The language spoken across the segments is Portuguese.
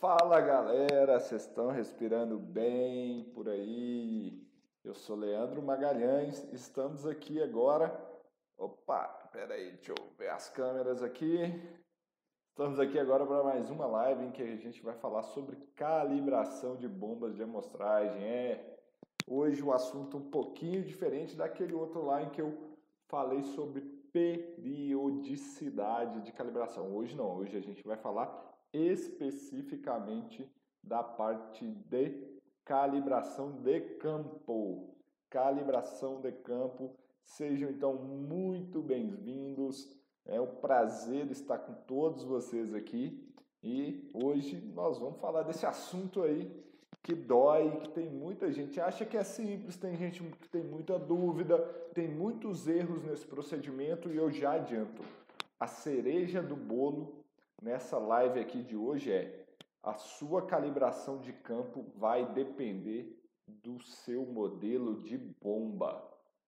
Fala galera, vocês estão respirando bem por aí? Eu sou Leandro Magalhães, estamos aqui agora. Opa, peraí, deixa eu ver as câmeras aqui. Estamos aqui agora para mais uma live em que a gente vai falar sobre calibração de bombas de amostragem. Hoje o assunto um pouquinho diferente daquele outro lá em que eu falei sobre periodicidade de calibração. Hoje não, hoje a gente vai falar especificamente da parte de calibração de campo. Calibração de campo. Sejam então muito bem-vindos. É um prazer estar com todos vocês aqui. E hoje nós vamos falar desse assunto aí que dói, que tem muita gente acha que é simples, tem gente que tem muita dúvida, tem muitos erros nesse procedimento e eu já adianto. A cereja do bolo nessa live aqui de hoje a sua calibração de campo vai depender do seu modelo de bomba.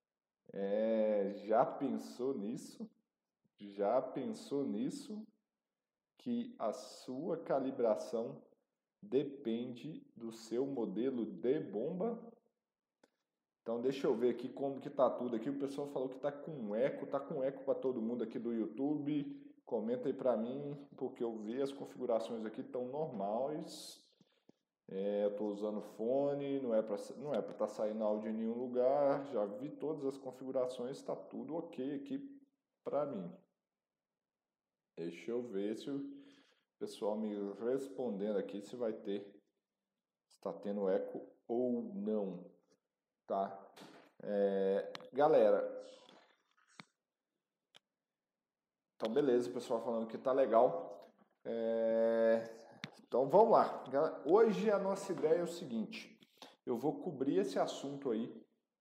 Já pensou nisso? Já pensou nisso? Que a sua calibração depende do seu modelo de bomba? Então deixa eu ver aqui como que tá tudo aqui. O pessoal falou que tá com eco para todo mundo aqui do YouTube. Comenta aí para mim, porque eu vi as configurações aqui estão normais. Eu estou usando fone, não é para estar saindo áudio em nenhum lugar. Já vi todas as configurações, está tudo ok aqui para mim. Deixa eu ver se o pessoal me respondendo aqui se vai ter, se está tendo eco ou não, tá? Galera, então beleza, o pessoal falando que tá legal. Então vamos lá. Hoje a nossa ideia é o seguinte: eu vou cobrir esse assunto aí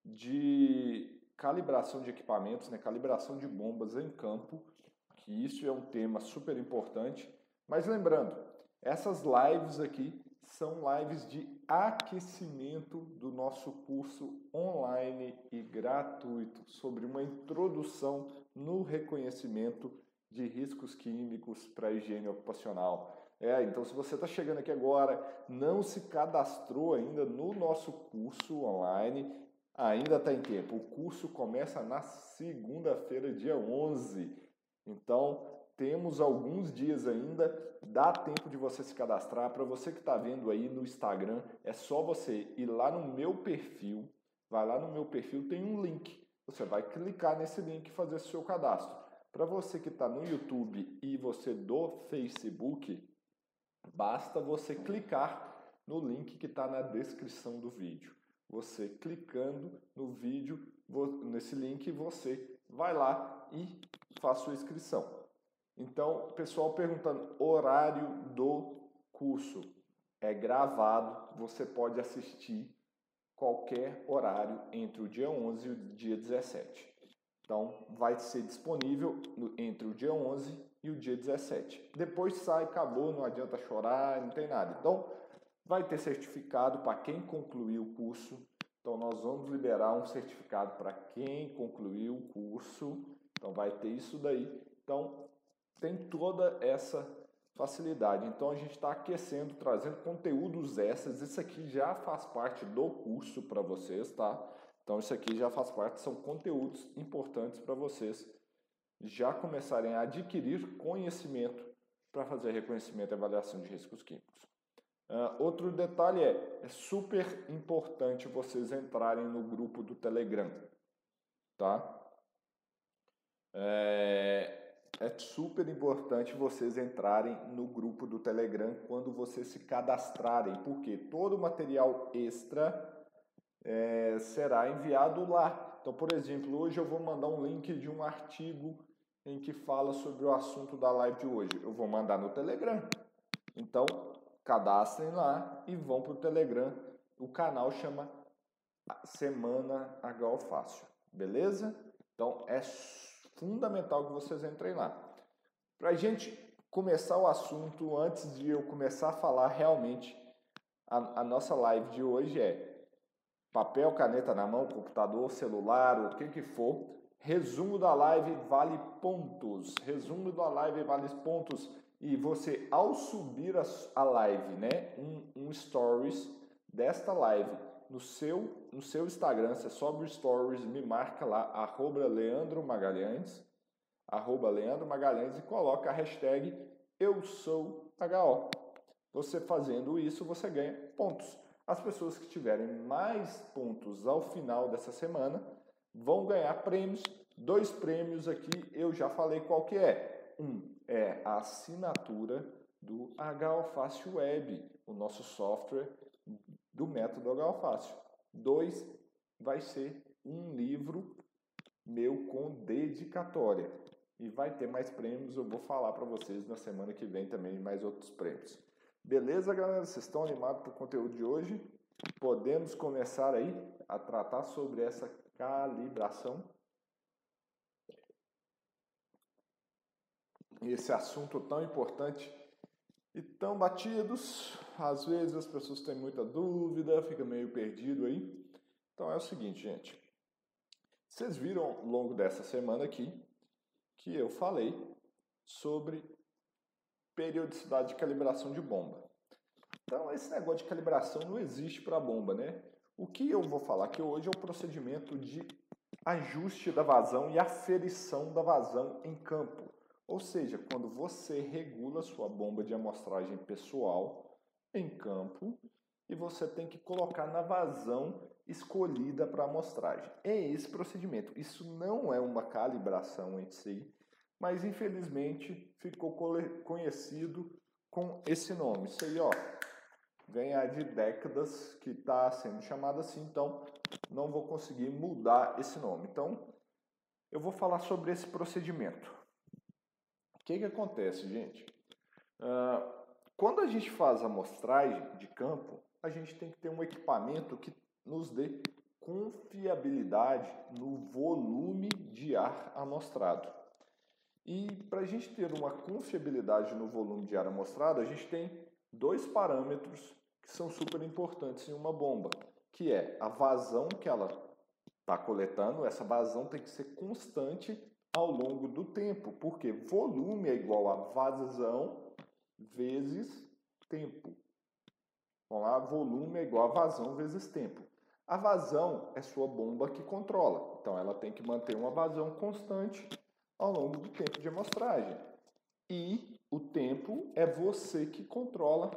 de calibração de equipamentos, né? Calibração de bombas em campo, que isso é um tema super importante. Mas lembrando, essas lives aqui são lives de aquecimento do nosso curso online e gratuito sobre uma introdução no reconhecimento de riscos químicos para a higiene ocupacional. Então se você está chegando aqui agora, não se cadastrou ainda no nosso curso online, ainda está em tempo. O curso começa na segunda-feira, dia 11. Então, temos alguns dias ainda, dá tempo de você se cadastrar. Para você que está vendo aí no Instagram, é só você ir lá no meu perfil, vai lá no meu perfil, tem um link. Você vai clicar nesse link e fazer seu cadastro. Para você que está no YouTube e você do Facebook, basta você clicar no link que está na descrição do vídeo. Você clicando no vídeo, nesse link, você vai lá e faz sua inscrição. Então, pessoal perguntando, horário do curso é gravado, você pode assistir qualquer horário entre o dia 11 e o dia 17. Então, vai ser disponível entre o dia 11 e o dia 17. Depois sai, acabou, não adianta chorar, não tem nada. Então, vai ter certificado para quem concluiu o curso. Então, nós vamos liberar um certificado para quem concluiu o curso. Então, vai ter isso daí. Então, tem toda essa facilidade. Então, a gente está aquecendo, trazendo conteúdos extras. Isso aqui já faz parte do curso para vocês, tá? Então, isso aqui já faz parte, são conteúdos importantes para vocês já começarem a adquirir conhecimento para fazer reconhecimento e avaliação de riscos químicos. Outro detalhe é super importante vocês entrarem no grupo do Telegram, tá? É super importante vocês entrarem no grupo do Telegram quando vocês se cadastrarem, porque todo o material extra será enviado lá. Então, por exemplo, hoje eu vou mandar um link de um artigo em que fala sobre o assunto da live de hoje. Eu vou mandar no Telegram. Então, cadastrem lá e vão para o Telegram. O canal chama Semana HO Fácil. Beleza? Então, é fundamental que vocês entrem lá. Para a gente começar o assunto, antes de eu começar a falar realmente, a nossa live de hoje papel, caneta na mão, computador, celular, o que for. Resumo da live vale pontos. Resumo da live vale pontos. e você, ao subir a live, né, um stories desta live no seu Instagram, você sobe o stories, me marca lá, @Leandro Magalhães, e coloca a hashtag EuSouHO. Você fazendo isso, você ganha pontos. As pessoas que tiverem mais pontos ao final dessa semana vão ganhar prêmios. 2 prêmios aqui, eu já falei qual que é. Um é a assinatura do HOFácil Web, o nosso software do método HOFácil. 2 vai ser um livro meu com dedicatória. E vai ter mais prêmios, eu vou falar para vocês na semana que vem também mais outros prêmios. Beleza, galera? Vocês estão animados para o conteúdo de hoje? Podemos começar aí a tratar sobre essa calibração? Esse assunto tão importante e tão batidos. Às vezes as pessoas têm muita dúvida, fica meio perdido aí. Então é o seguinte, gente. Vocês viram ao longo dessa semana aqui que eu falei sobre periodicidade de calibração de bomba. Então, esse negócio de calibração não existe para bomba, né? O que eu vou falar aqui hoje é o procedimento de ajuste da vazão e aferição da vazão em campo. Ou seja, quando você regula sua bomba de amostragem pessoal em campo e você tem que colocar na vazão escolhida para amostragem. É esse procedimento. Isso não é uma calibração em si, mas infelizmente ficou conhecido com esse nome. Isso aí, ó, vem de décadas que está sendo chamado assim, então não vou conseguir mudar esse nome. Então, eu vou falar sobre esse procedimento. O que acontece, gente? Quando a gente faz a amostragem de campo, a gente tem que ter um equipamento que nos dê confiabilidade no volume de ar amostrado. E para a gente ter uma confiabilidade no volume de ar amostrado, a gente tem 2 parâmetros que são super importantes em uma bomba, que é a vazão que ela está coletando. Essa vazão tem que ser constante ao longo do tempo, porque volume é igual a vazão vezes tempo. Vamos lá, volume é igual a vazão vezes tempo. A vazão é sua bomba que controla, então ela tem que manter uma vazão constante ao longo do tempo de amostragem. E o tempo é você que controla,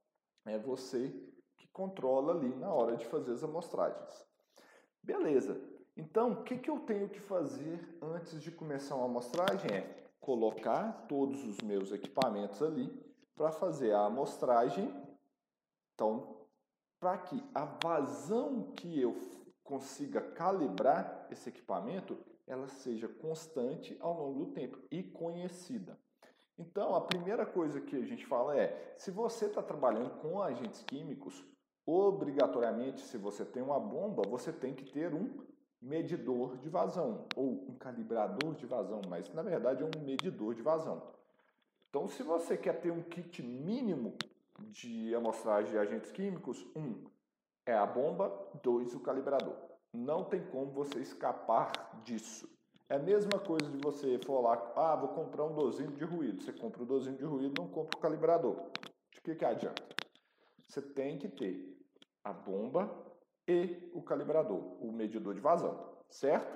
ali na hora de fazer as amostragens. Beleza. Então, o que eu tenho que fazer antes de começar uma amostragem é colocar todos os meus equipamentos ali para fazer a amostragem. Então, para que a vazão que eu consiga calibrar esse equipamento, ela seja constante ao longo do tempo e conhecida. Então, a primeira coisa que a gente fala é, se você está trabalhando com agentes químicos, obrigatoriamente, se você tem uma bomba, você tem que ter um medidor de vazão, ou um calibrador de vazão, mas na verdade é um medidor de vazão. Então, se você quer ter um kit mínimo de amostragem de agentes químicos, 1 é a bomba, 2 o calibrador. Não tem como você escapar disso. É a mesma coisa de você falar, vou comprar um dosímetro de ruído. Você compra o dosímetro de ruído, não compra o calibrador. De que adianta? Você tem que ter a bomba e o calibrador, o medidor de vazão, certo?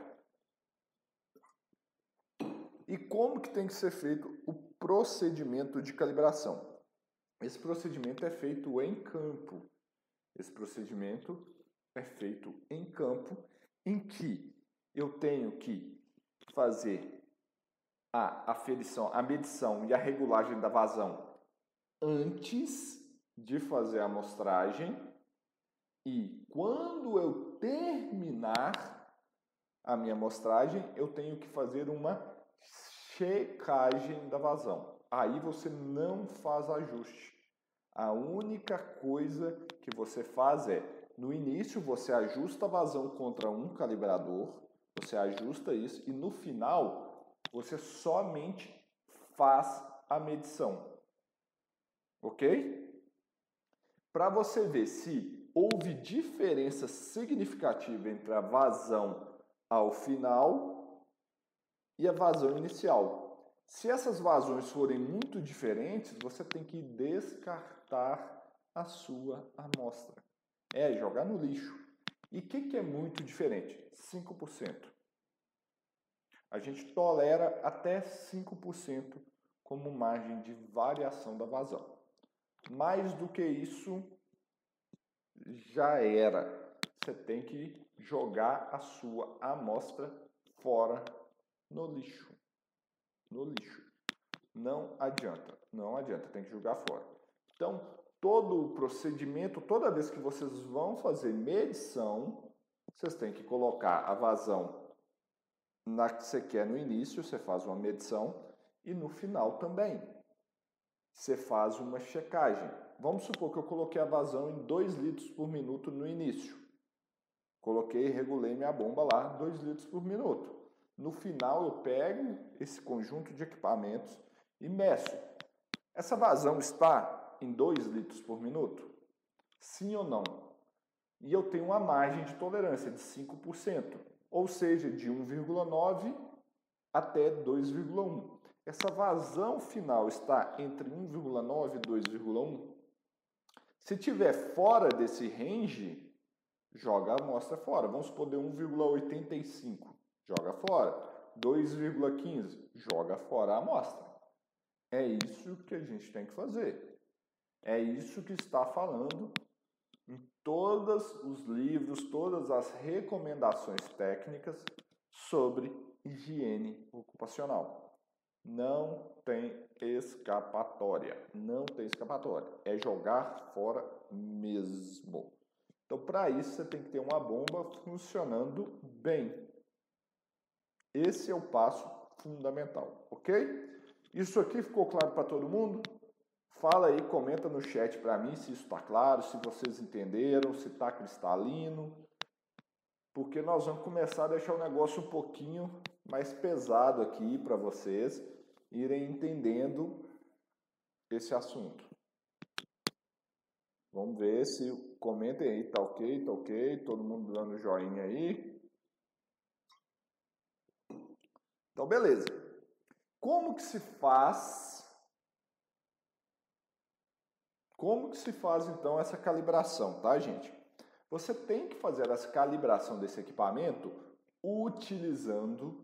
E como que tem que ser feito o procedimento de calibração? Esse procedimento é feito em campo. Em que eu tenho que fazer a aferição, a medição e a regulagem da vazão antes de fazer a amostragem, e quando eu terminar a minha amostragem, eu tenho que fazer uma checagem da vazão. Aí você não faz ajuste. A única coisa que você faz é, no início você ajusta a vazão contra um calibrador, você ajusta isso e no final você somente faz a medição. Ok? Para você ver se houve diferença significativa entre a vazão ao final e a vazão inicial. Se essas vazões forem muito diferentes, você tem que descartar a sua amostra. Jogar no lixo. E o que é muito diferente? 5%. A gente tolera até 5% como margem de variação da vazão. Mais do que isso, já era. Você tem que jogar a sua amostra fora no lixo. No lixo. Não adianta, tem que jogar fora. Então, todo o procedimento, toda vez que vocês vão fazer medição, vocês têm que colocar a vazão na que você quer no início, você faz uma medição, e no final também. Você faz uma checagem. Vamos supor que eu coloquei a vazão em 2 litros por minuto no início. Coloquei e regulei minha bomba lá, 2 litros por minuto. No final eu pego esse conjunto de equipamentos e meço. Essa vazão está em 2 litros por minuto? Sim ou não? E eu tenho uma margem de tolerância de 5%, ou seja, de 1,9 até 2,1. Essa vazão final está entre 1,9 e 2,1. Se tiver fora desse range, joga a amostra fora. Vamos supor de 1,85, joga fora. 2,15, joga fora a amostra. É isso que a gente tem que fazer. É isso que está falando em todos os livros, todas as recomendações técnicas sobre higiene ocupacional. Não tem escapatória. Não tem escapatória. É jogar fora mesmo. Então, para isso, você tem que ter uma bomba funcionando bem. Esse é o passo fundamental, ok? Isso aqui ficou claro para todo mundo? Fala aí, comenta no chat para mim se isso está claro, se vocês entenderam, se está cristalino. Porque nós vamos começar a deixar o negócio um pouquinho mais pesado aqui para vocês irem entendendo esse assunto. Vamos ver se comentem aí, tá ok, todo mundo dando joinha aí. Então, beleza. Como que se faz então essa calibração, tá, gente? Você tem que fazer essa calibração desse equipamento utilizando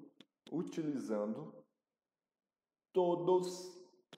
todos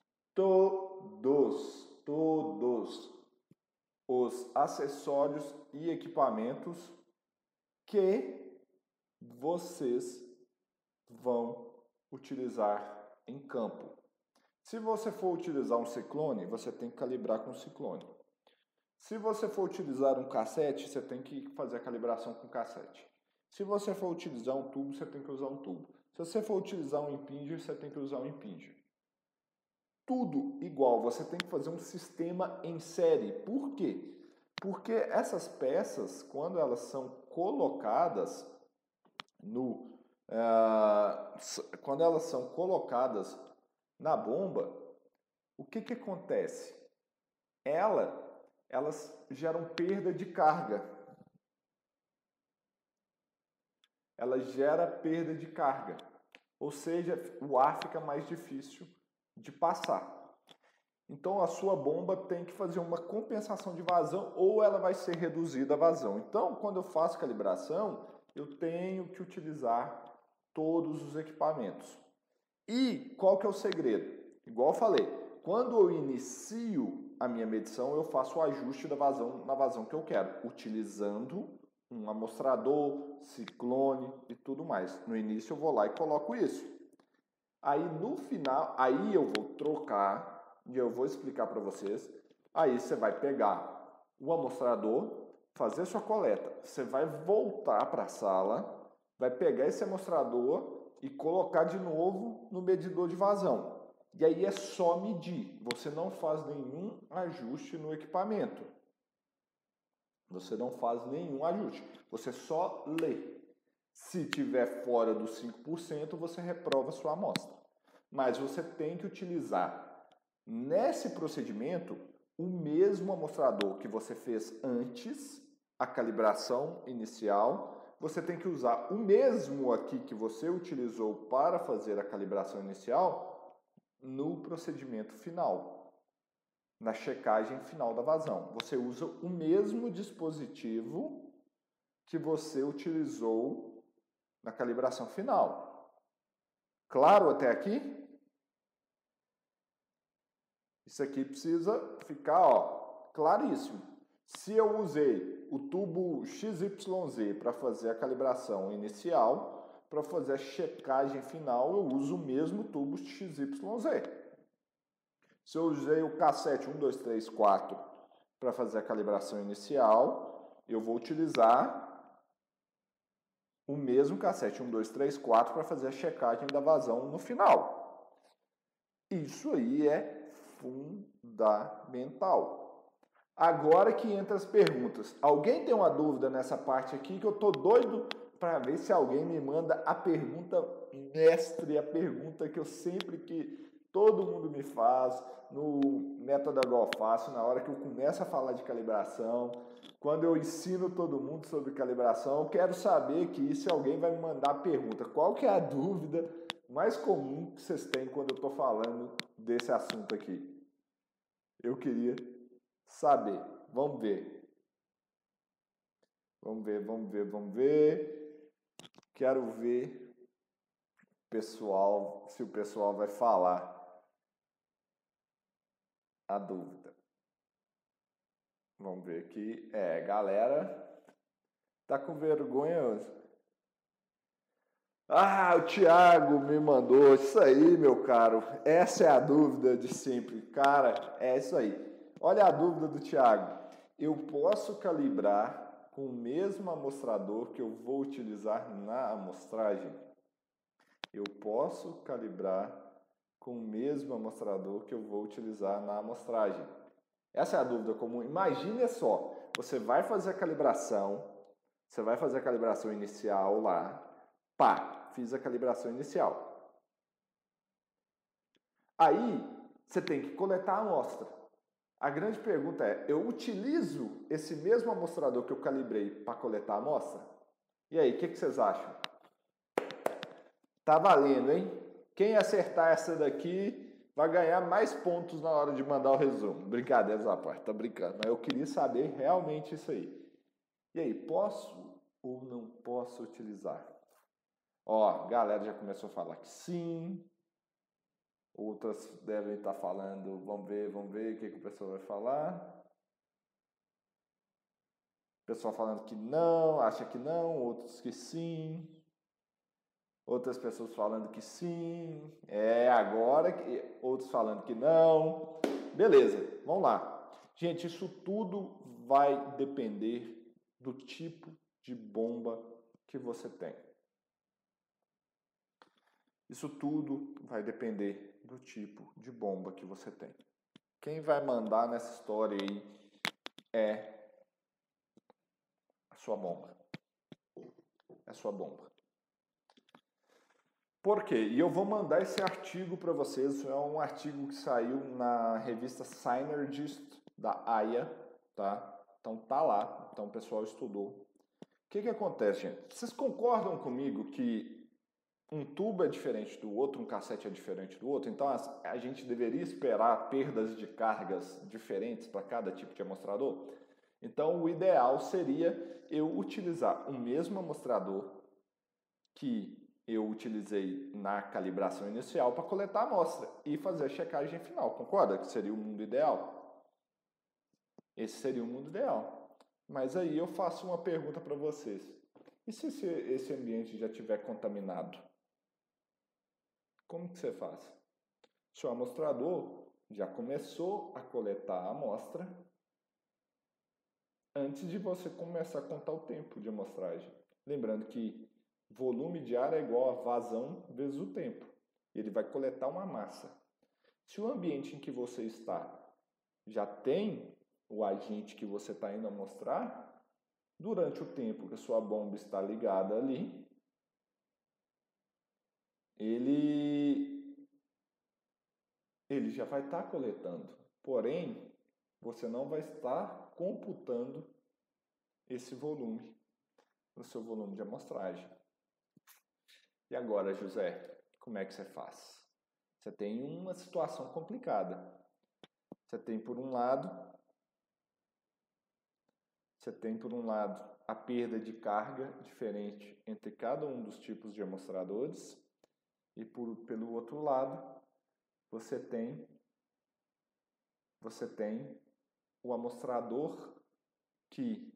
os acessórios e equipamentos que vocês vão utilizar em campo. Se você for utilizar um ciclone, você tem que calibrar com ciclone. Se você for utilizar um cassete, você tem que fazer a calibração com cassete. Se você for utilizar um tubo, você tem que usar um tubo. Se você for utilizar um impinger, você tem que usar um impinger. Tudo igual, você tem que fazer um sistema em série. Por quê? Porque essas peças, quando elas são colocadas na bomba, o que acontece? Elas geram perda de carga. Ela gera perda de carga. Ou seja, o ar fica mais difícil de passar. Então a sua bomba tem que fazer uma compensação de vazão ou ela vai ser reduzida a vazão. Então, quando eu faço calibração, eu tenho que utilizar todos os equipamentos. E qual que é o segredo? Igual eu falei, quando eu inicio a minha medição, eu faço o ajuste da vazão na vazão que eu quero, utilizando um amostrador, ciclone e tudo mais. No início eu vou lá e coloco isso. Aí no final, aí eu vou trocar e eu vou explicar para vocês. Aí você vai pegar o amostrador, fazer sua coleta. Você vai voltar para a sala, vai pegar esse amostrador e colocar de novo no medidor de vazão. E aí é só medir. Você não faz nenhum ajuste no equipamento. Você não faz nenhum ajuste. Você só lê. Se tiver fora dos 5%, você reprova sua amostra. Mas você tem que utilizar nesse procedimento o mesmo amostrador que você fez antes, a calibração inicial. Você tem que usar o mesmo aqui que você utilizou para fazer a calibração inicial no procedimento final, na checagem final da vazão. Você usa o mesmo dispositivo que você utilizou na calibração final. Claro até aqui? Isso aqui precisa ficar, ó, claríssimo. Se eu usei o tubo XYZ para fazer a calibração inicial, para fazer a checagem final, eu uso o mesmo tubo XYZ. Se eu usei o cassete 1, 2, 3, 4 para fazer a calibração inicial, eu vou utilizar o mesmo cassete 1, 2, 3, 4 para fazer a checagem da vazão no final. Isso aí é fundamental. Agora que entra as perguntas. Alguém tem uma dúvida nessa parte aqui que eu tô doido para ver se alguém me manda a pergunta mestre, a pergunta que eu sempre que todo mundo me faz no método Igual Fácil, na hora que eu começo a falar de calibração, quando eu ensino todo mundo sobre calibração, eu quero saber que se alguém vai me mandar a pergunta. Qual que é a dúvida mais comum que vocês têm quando eu estou falando desse assunto aqui? Eu queria saber. Vamos ver. Vamos ver. Quero ver se o pessoal vai falar a dúvida. Vamos ver aqui. Galera, tá com vergonha? Ah, o Thiago me mandou. Isso aí, meu caro. Essa é a dúvida de sempre. Cara, é isso aí. Olha a dúvida do Thiago. Eu posso calibrar com o mesmo amostrador que eu vou utilizar na amostragem? Eu posso calibrar com o mesmo amostrador que eu vou utilizar na amostragem? Essa é a dúvida comum. Imagine só, você vai fazer a calibração inicial lá, pá, fiz a calibração inicial. Aí, você tem que coletar a amostra. A grande pergunta é, eu utilizo esse mesmo amostrador que eu calibrei para coletar a amostra? E aí, o que vocês acham? Tá valendo, hein? Quem acertar essa daqui vai ganhar mais pontos na hora de mandar o resumo. Brincadeira à parte, tá brincando. Mas eu queria saber realmente isso aí. E aí, posso ou não posso utilizar? Ó, a galera já começou a falar que sim. Outras devem estar falando, vamos ver o que o pessoal vai falar. Pessoal falando que não, acha que não, outros que sim. Outras pessoas falando que sim. Agora que outros falando que não. Beleza, vamos lá. Gente, isso tudo vai depender do tipo de bomba que você tem. Isso tudo vai depender do tipo de bomba que você tem. Quem vai mandar nessa história aí é a sua bomba. É a sua bomba. Por quê? E eu vou mandar esse artigo para vocês. É um artigo que saiu na revista Synergist da AIA, tá? Então tá lá. Então o pessoal estudou. O que acontece, gente? Vocês concordam comigo que um tubo é diferente do outro, um cassete é diferente do outro? Então a gente deveria esperar perdas de cargas diferentes para cada tipo de amostrador? Então o ideal seria eu utilizar o mesmo amostrador que eu utilizei na calibração inicial para coletar a amostra e fazer a checagem final. Concorda que seria o mundo ideal? Esse seria o mundo ideal. Mas aí eu faço uma pergunta para vocês. E se esse ambiente já estiver contaminado? Como que você faz? Seu amostrador já começou a coletar a amostra antes de você começar a contar o tempo de amostragem. Lembrando que volume de ar é igual a vazão vezes o tempo. Ele vai coletar uma massa. Se o ambiente em que você está já tem o agente que você está indo amostrar, durante o tempo que a sua bomba está ligada ali, ele já vai estar coletando. Porém, você não vai estar computando esse volume no seu volume de amostragem. E agora, José, como é que você faz? Você tem uma situação complicada. Você tem por um lado a perda de carga diferente entre cada um dos tipos de amostradores e pelo outro lado você tem o amostrador que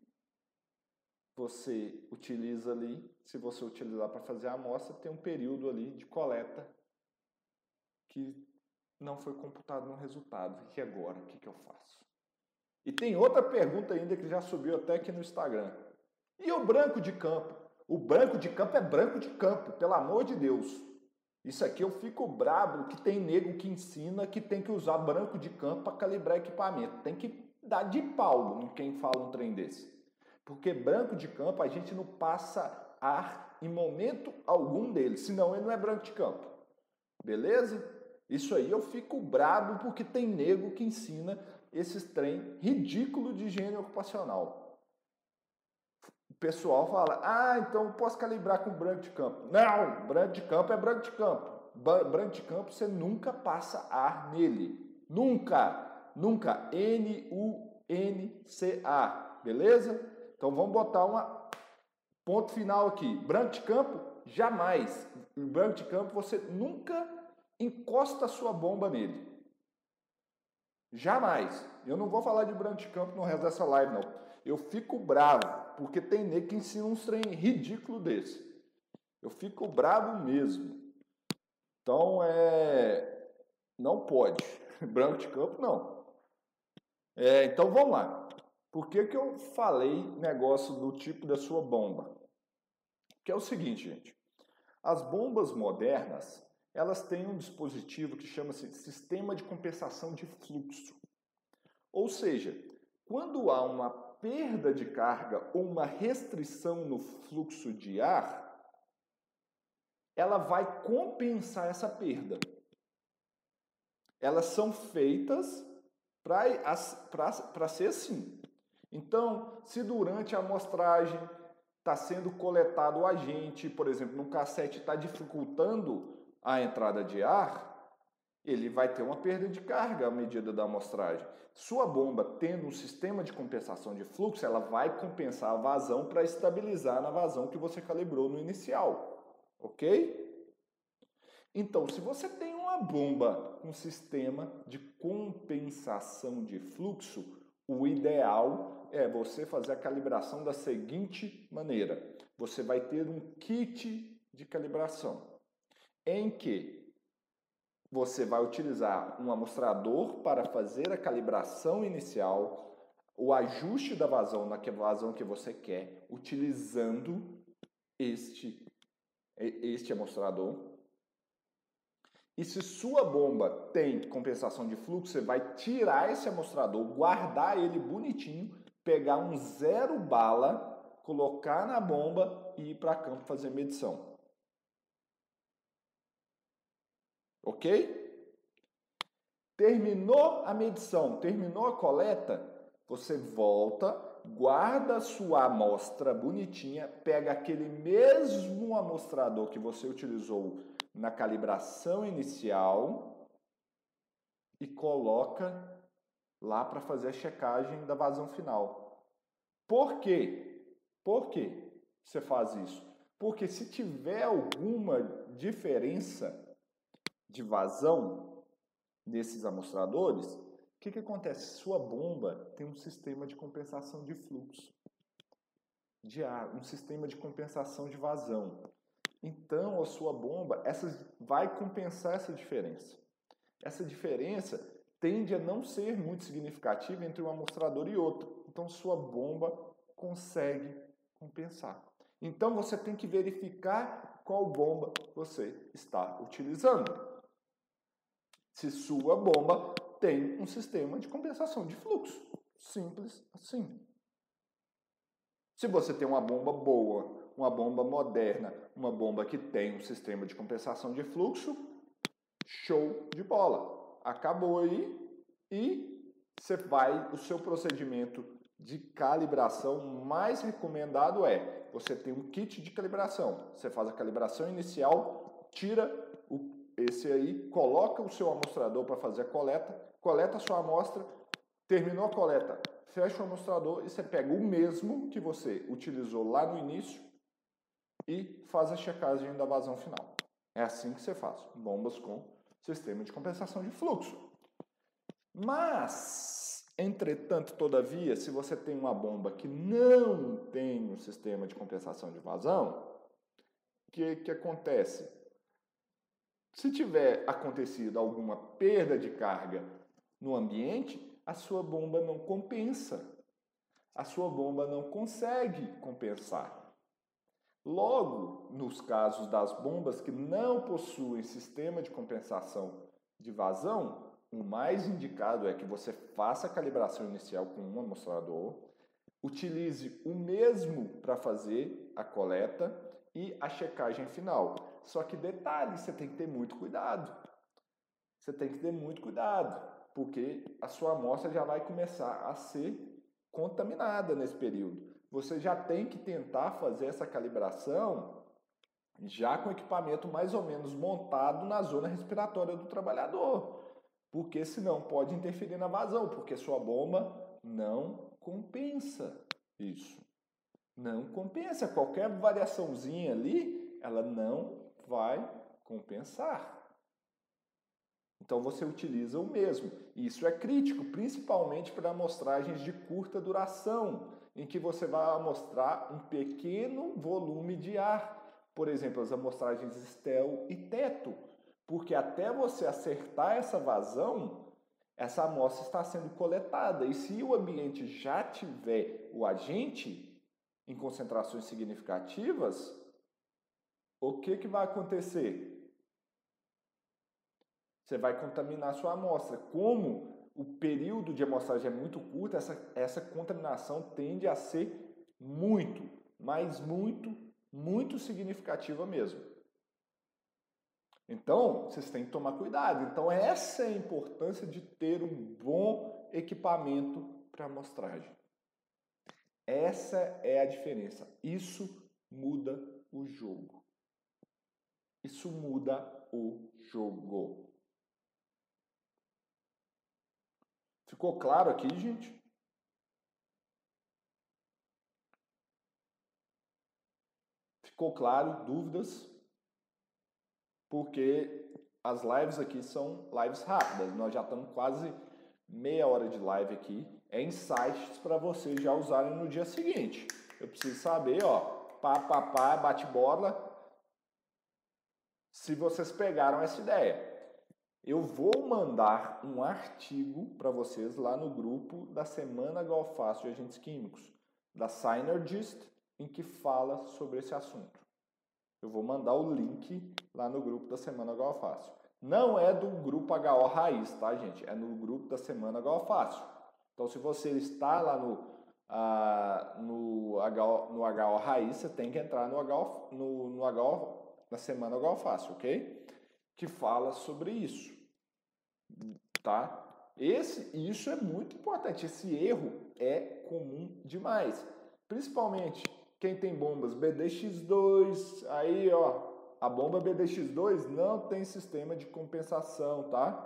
você utiliza ali. Se você utilizar para fazer a amostra, tem um período ali de coleta que não foi computado no resultado. E agora, o que eu faço? E tem outra pergunta ainda que já subiu até aqui no Instagram. E o branco de campo? O branco de campo é branco de campo, pelo amor de Deus. Isso aqui eu fico brabo que tem nego que ensina que tem que usar branco de campo para calibrar equipamento. Tem que dar de pau em quem fala um trem desse. Porque branco de campo a gente não passa ar em momento algum dele, senão ele não é branco de campo. Beleza? Isso aí eu fico brabo porque tem nego que ensina esses trem ridículo de higiene ocupacional. O pessoal fala, então eu posso calibrar com branco de campo. Não, branco de campo é branco de campo. Branco de campo você nunca passa ar nele. Nunca. Nunca. N-U-N-C-A. Beleza? Então vamos botar um ponto final aqui. Branco de campo, jamais. Em branco de campo você nunca encosta a sua bomba nele. Jamais. Eu não vou falar de branco de campo no resto dessa live, não. Eu fico bravo, porque tem nego que ensina uns trem ridículo desse. Eu fico bravo mesmo. Então, não pode. Branco de campo, não. Então, vamos lá. Por que eu falei negócio do tipo da sua bomba? Que é o seguinte, gente. As bombas modernas, elas têm um dispositivo que chama-se sistema de compensação de fluxo. Ou seja, quando há uma perda de carga ou uma restrição no fluxo de ar, ela vai compensar essa perda. Elas são feitas para ser assim. Então, se durante a amostragem está sendo coletado o agente, por exemplo, no cassete está dificultando a entrada de ar, ele vai ter uma perda de carga à medida da amostragem. Sua bomba tendo um sistema de compensação de fluxo, ela vai compensar a vazão para estabilizar na vazão que você calibrou no inicial. Ok? Então, se você tem uma bomba com sistema de compensação de fluxo, o ideal é você fazer a calibração da seguinte maneira. Você vai ter um kit de calibração, em que você vai utilizar um amostrador para fazer a calibração inicial, o ajuste da vazão na vazão que você quer, utilizando este amostrador. E se sua bomba tem compensação de fluxo, você vai tirar esse amostrador, guardar ele bonitinho, pegar um 0 bala, colocar na bomba e ir para campo fazer medição. Ok? Terminou a medição, terminou a coleta, você volta, guarda a sua amostra bonitinha, pega aquele mesmo amostrador que você utilizou na calibração inicial e coloca lá para fazer a checagem da vazão final. Por quê? Por que você faz isso? Porque se tiver alguma diferença de vazão nesses amostradores, o que acontece? Sua bomba tem um sistema de compensação de fluxo de ar, um sistema de compensação de vazão. Então, a sua bomba vai compensar essa diferença. Essa diferença tende a não ser muito significativa entre um amostrador e outro. Então, sua bomba consegue compensar. Então, você tem que verificar qual bomba você está utilizando. Se sua bomba tem um sistema de compensação de fluxo. Simples assim. Se você tem uma bomba boa, uma bomba moderna, uma bomba que tem um sistema de compensação de fluxo, show de bola. Acabou aí e o seu procedimento de calibração mais recomendado você tem um kit de calibração. Você faz a calibração inicial, tira desse aí, coloca o seu amostrador para fazer a coleta, coleta a sua amostra, terminou a coleta, fecha o amostrador e você pega o mesmo que você utilizou lá no início e faz a checagem da vazão final. É assim que você faz, bombas com sistema de compensação de fluxo. Mas, entretanto, todavia, se você tem uma bomba que não tem um sistema de compensação de vazão, o que acontece? Se tiver acontecido alguma perda de carga no ambiente, a sua bomba não compensa. A sua bomba não consegue compensar. Logo, nos casos das bombas que não possuem sistema de compensação de vazão, o mais indicado é que você faça a calibração inicial com um amostrador, utilize o mesmo para fazer a coleta e a checagem final. Só que detalhe, você tem que ter muito cuidado. Você tem que ter muito cuidado, porque a sua amostra já vai começar a ser contaminada nesse período. Você já tem que tentar fazer essa calibração já com o equipamento mais ou menos montado na zona respiratória do trabalhador, porque senão pode interferir na vazão, porque sua bomba não compensa isso. Não compensa. Qualquer variaçãozinha ali, ela não vai compensar. Então você utiliza o mesmo. Isso é crítico, principalmente para amostragens de curta duração, em que você vai amostrar um pequeno volume de ar. Por exemplo, as amostragens STEL e teto. Porque até você acertar essa vazão, essa amostra está sendo coletada. E se o ambiente já tiver o agente em concentrações significativas, o que vai acontecer? Você vai contaminar a sua amostra. Como o período de amostragem é muito curto, essa contaminação tende a ser muito, mas muito significativa mesmo. Então, vocês têm que tomar cuidado. Então, essa é a importância de ter um bom equipamento para amostragem. Essa é a diferença. Isso muda o jogo. Isso muda o jogo. Ficou claro aqui, gente? Ficou claro? Dúvidas? Porque as lives aqui são lives rápidas. Nós já estamos quase meia hora de live aqui. É insights para vocês já usarem no dia seguinte. Eu preciso saber, ó, bate bola, se vocês pegaram essa ideia. Eu vou mandar um artigo para vocês lá no grupo da Semana Galfaço de Agentes Químicos, da Synergist, em que fala sobre esse assunto. Eu vou mandar o link lá no grupo da Semana Galfaço. Não é do grupo HO Raiz, tá, gente? É no grupo da Semana Galfaço. Então, se você está lá no HO Raiz, você tem que entrar na Semana Galfaço, ok? Que fala sobre isso, tá? Isso é muito importante. Esse erro é comum demais, principalmente quem tem bombas BDX2. Aí, ó, a bomba BDX2 não tem sistema de compensação, tá?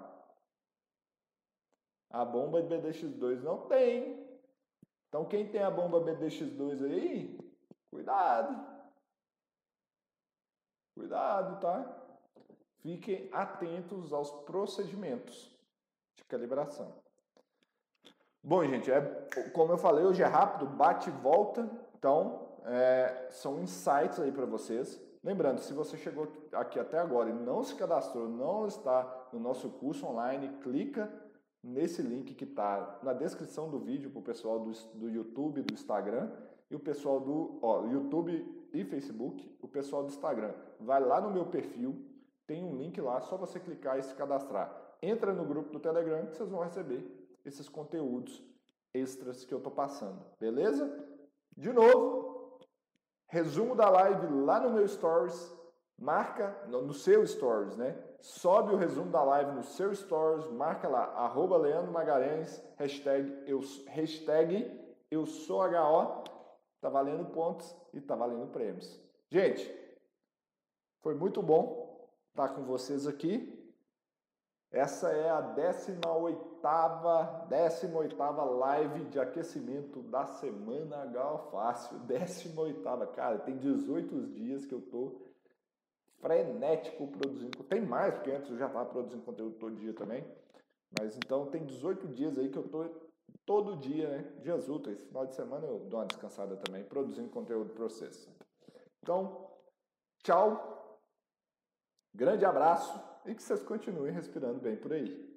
A bomba BDX2 não tem. Então, quem tem a bomba BDX2 aí, cuidado. Cuidado, tá? Fiquem atentos aos procedimentos de calibração. Bom, gente, como eu falei, hoje é rápido, bate e volta. Então, são insights aí para vocês. Lembrando, se você chegou aqui até agora e não se cadastrou, não está no nosso curso online, clica nesse link que está na descrição do vídeo para o pessoal do YouTube, do Instagram, e o pessoal do YouTube e Facebook, o pessoal do Instagram. Vai lá no meu perfil, tem um link lá, só você clicar e se cadastrar. Entra no grupo do Telegram que vocês vão receber esses conteúdos extras que eu estou passando, beleza? De novo, resumo da live lá no meu Stories, marca no seu Stories, né? Sobe o resumo da live no seu Stories, marca lá, @Leandro Magalhães, hashtag eu sou HO, tá valendo pontos e tá valendo prêmios. Gente, foi muito bom. estar com vocês aqui. Essa é a 18ª live de aquecimento da Semana H Fácil. 18ª, cara, tem 18 dias que eu tô frenético produzindo. Tem mais, porque antes eu já estava produzindo conteúdo todo dia também. Mas então tem 18 dias aí que eu tô todo dia, né? Dias úteis. Final de semana eu dou uma descansada também, produzindo conteúdo para vocês. Então, tchau, grande abraço e que vocês continuem respirando bem por aí.